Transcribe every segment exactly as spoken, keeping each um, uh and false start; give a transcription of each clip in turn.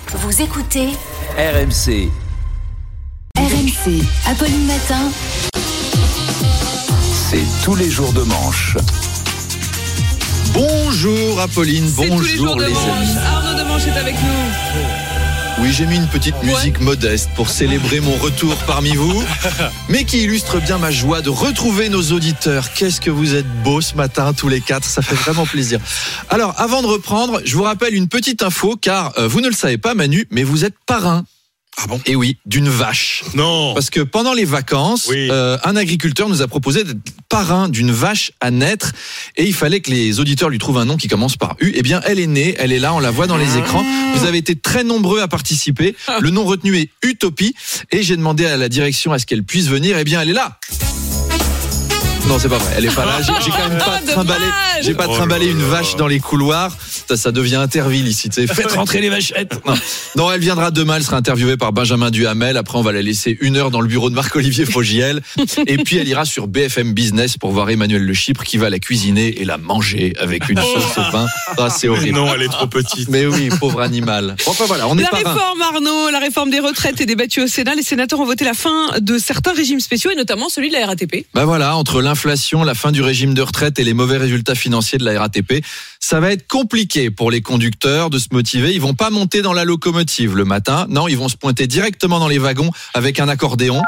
Vous écoutez R M C. R M C, Apolline Matin. C'est tous les jours de manche. Bonjour Apolline, C'est bonjour tous les jours de les manche. amis. Arnaud de Manche est avec nous. Oui, j'ai mis une petite Ouais. musique modeste pour célébrer mon retour parmi vous, mais qui illustre bien ma joie de retrouver nos auditeurs. Qu'est-ce que vous êtes beaux ce matin, tous les quatre, ça fait vraiment plaisir. Alors, avant de reprendre, je vous rappelle une petite info, car euh, vous ne le savez pas Manu, mais vous êtes parrain. Ah bon ? Et oui, d'une vache. Non. Parce que pendant les vacances, Oui. euh, un agriculteur nous a proposé d'être parrain d'une vache à naître et il fallait que les auditeurs lui trouvent un nom qui commence par U. Eh bien, elle est née, elle est là, on la voit dans les écrans. Vous avez été très nombreux à participer. Le nom retenu est Utopie et j'ai demandé à la direction à ce qu'elle puisse venir. Eh bien, elle est là. Non, c'est pas vrai. Elle est pas là. J'ai, j'ai quand même pas Dommage. trimballé. J'ai pas Oh trimballé là une là. vache dans les couloirs. Ça, ça devient Interville ici. Tu sais, faites rentrer les vachettes. Non. non, elle viendra demain. Elle sera interviewée par Benjamin Duhamel. Après, on va la laisser une heure dans le bureau de Marc-Olivier Fogiel. Et puis, elle ira sur B F M Business pour voir Emmanuel Le Chypre qui va la cuisiner et la manger avec une sauce au pain. Ah, c'est horrible. Non, elle est trop petite. Mais oui, pauvre animal. Bon, enfin voilà, on est La parrain. réforme, Arnaud, la réforme des retraites est débattue au Sénat. Les sénateurs ont voté la fin de certains régimes spéciaux et notamment celui de la R A T P. Ben voilà, entre l'inflation, la fin du régime de retraite et les mauvais résultats financiers de la R A T P, ça va être compliqué pour les conducteurs de se motiver. Ils vont pas monter dans la locomotive le matin. Non, ils vont se pointer directement dans les wagons avec un accordéon.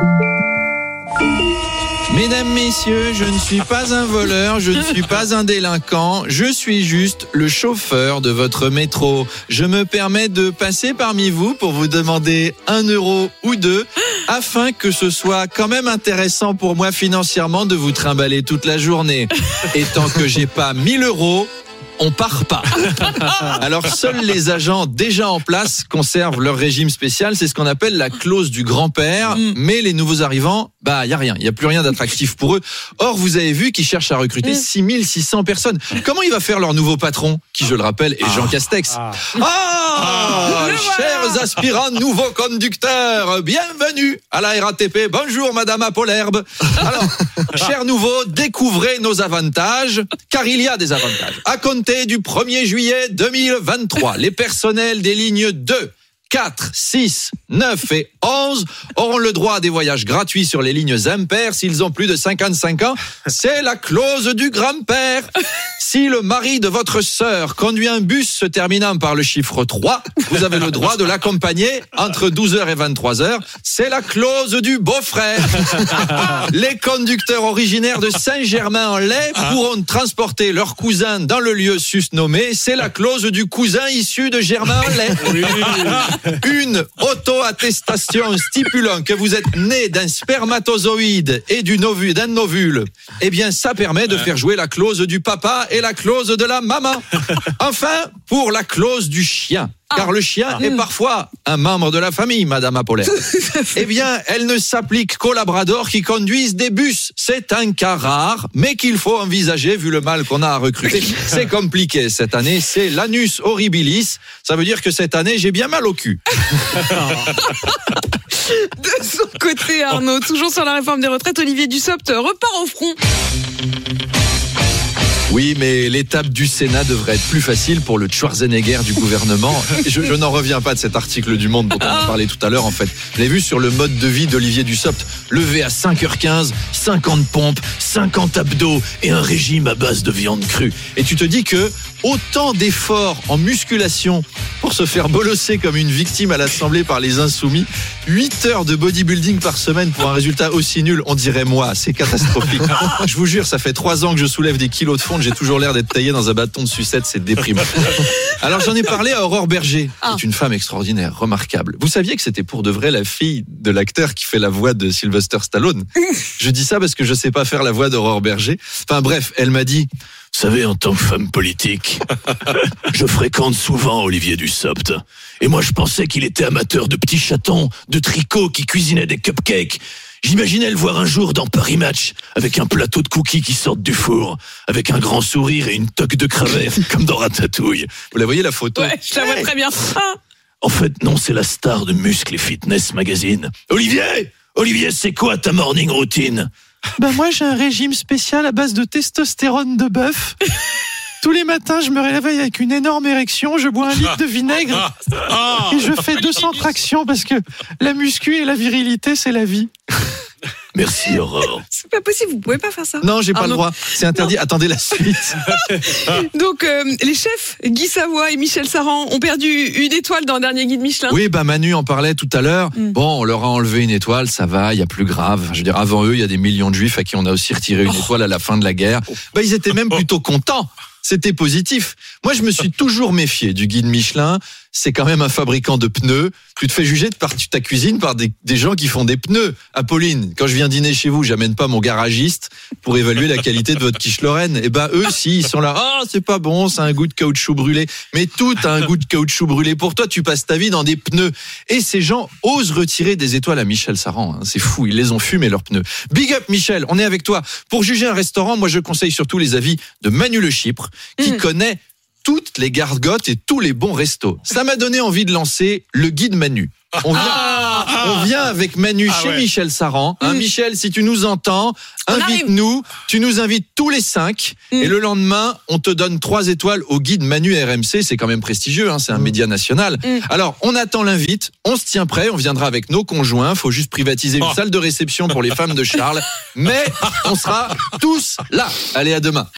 Mesdames, messieurs, je ne suis pas un voleur, je ne suis pas un délinquant, je suis juste le chauffeur de votre métro. Je me permets de passer parmi vous pour vous demander un euro ou deux afin que ce soit quand même intéressant pour moi financièrement de vous trimballer toute la journée. Et tant que j'ai pas mille euros, on part pas. Alors seuls les agents déjà en place conservent leur régime spécial, c'est ce qu'on appelle la clause du grand-père, Mm. mais les nouveaux arrivants, bah il y a rien, il y a plus rien d'attractif pour eux. Or vous avez vu qu'ils cherchent à recruter Mm. six mille six cents personnes. Comment il va faire leur nouveau patron, qui je le rappelle est Jean Castex. Ah, Ah. Le chers voilà. aspirants nouveaux conducteurs, bienvenue à la R A T P. Bonjour Madame Apolherbe. Alors, chers nouveaux, découvrez nos avantages, car il y a des avantages. À compter du premier juillet deux mille vingt-trois, les personnels des lignes deux, quatre, six, neuf et onze auront le droit à des voyages gratuits sur les lignes impaires s'ils ont plus de cinquante-cinq ans. C'est la clause du grand-père. Si le mari de votre sœur conduit un bus se terminant par le chiffre trois, vous avez le droit de l'accompagner entre douze heures et vingt-trois heures. C'est la clause du beau-frère. Les conducteurs originaires de Saint-Germain-en-Laye pourront transporter leurs cousins dans le lieu susnommé. C'est la clause du cousin issu de Germain-en-Laye. Une auto-attestation stipulant que vous êtes né d'un spermatozoïde et d'une ovule, d'un ovule, eh bien, ça permet de faire jouer la clause du papa et la clause de la maman. Enfin, pour la clause du chien. Car le chien est parfois un membre de la famille, Madame Apolline. Eh bien, elle ne s'applique qu'aux labradors qui conduisent des bus. C'est un cas rare, mais qu'il faut envisager vu le mal qu'on a à recruter. C'est compliqué cette année, c'est l'anus horribilis. Ça veut dire que cette année, j'ai bien mal au cul. De son côté, Arnaud, toujours sur la réforme des retraites, Olivier Dussopt repart au front. Oui, mais l'étape du Sénat devrait être plus facile pour le Schwarzenegger du gouvernement. Je, je n'en reviens pas de cet article du Monde dont on a parlé tout à l'heure, en fait. Je l'ai vu sur le mode de vie d'Olivier Dussopt. Levé à cinq heures quinze, cinquante pompes, cinquante abdos et un régime à base de viande crue. Et tu te dis que autant d'efforts en musculation pour se faire bolosser comme une victime à l'Assemblée par les Insoumis, huit heures de bodybuilding par semaine pour un résultat aussi nul, on dirait moi, c'est catastrophique. Je vous jure, ça fait trois ans que je soulève des kilos de fonte, j'ai toujours l'air d'être taillé dans un bâton de sucette, c'est déprimant. Alors j'en ai parlé à Aurore Berger, Ah. c'est une femme extraordinaire, remarquable. Vous saviez que c'était pour de vrai la fille de l'acteur qui fait la voix de Sylvester Stallone? Je dis ça parce que je sais pas faire la voix d'Aurore Berger. Enfin bref, elle m'a dit... Vous savez, en tant que femme politique, je fréquente souvent Olivier Dussopt. Et moi, je pensais qu'il était amateur de petits chatons, de tricot qui cuisinaient des cupcakes. J'imaginais le voir un jour dans Paris Match, avec un plateau de cookies qui sortent du four, avec un grand sourire et une toque de cravate, comme dans Ratatouille. Vous la voyez, la photo? Ouais, je la vois très bien. Ah. En fait, non, c'est la star de Muscle et Fitness Magazine. Olivier! Olivier, c'est quoi ta morning routine? Ben moi, j'ai un régime spécial à base de testostérone de bœuf. Tous les matins, je me réveille avec une énorme érection, je bois un litre de vinaigre et je fais deux cents tractions parce que la muscu et la virilité, c'est la vie. Merci Aurore. C'est pas possible, vous pouvez pas faire ça. Non, j'ai pas Ah, le non. droit. C'est interdit. Attendez la suite. Donc, euh, les chefs Guy Savoy et Michel Saran ont perdu une étoile dans le dernier guide Michelin. Oui, bah Manu en parlait tout à l'heure. Mm. Bon, on leur a enlevé une étoile, ça va, il y a plus grave. Je veux dire, avant eux, il y a des millions de juifs à qui on a aussi retiré une étoile à la fin de la guerre. Bah, ils étaient même plutôt contents. C'était positif. Moi, je me suis toujours méfié du guide Michelin. C'est quand même un fabricant de pneus. Tu te fais juger de par ta cuisine par des, des gens qui font des pneus. Apolline, quand je viens dîner chez vous, j'amène pas mon garagiste pour évaluer la qualité de votre quiche Lorraine. Et ben eux, si ils sont là, ah c'est pas bon, c'est un goût de caoutchouc brûlé. Mais tout a un goût de caoutchouc brûlé. Pour toi, tu passes ta vie dans des pneus. Et ces gens osent retirer des étoiles à Michel Saran. Hein. C'est fou, ils les ont fumés leurs pneus. Big up Michel, on est avec toi. Pour juger un restaurant, moi je conseille surtout les avis de Manu Le Chypre, qui Mmh. connaît toutes les gargotes et tous les bons restos. Ça m'a donné envie de lancer le guide Manu. On vient, Ah, on vient avec Manu Ah chez ouais. Michel Saran. Hein, Mm. Michel, si tu nous entends, On invite-nous. Tu nous invites tous les cinq. Mm. Et le lendemain, on te donne trois étoiles au guide Manu R M C. C'est quand même prestigieux, hein, c'est un média national. Mm. Alors, on attend l'invite. On se tient prêt. On viendra avec nos conjoints. Faut juste privatiser une Oh. salle de réception pour les femmes de Charles. Mais on sera tous là. Allez, à demain.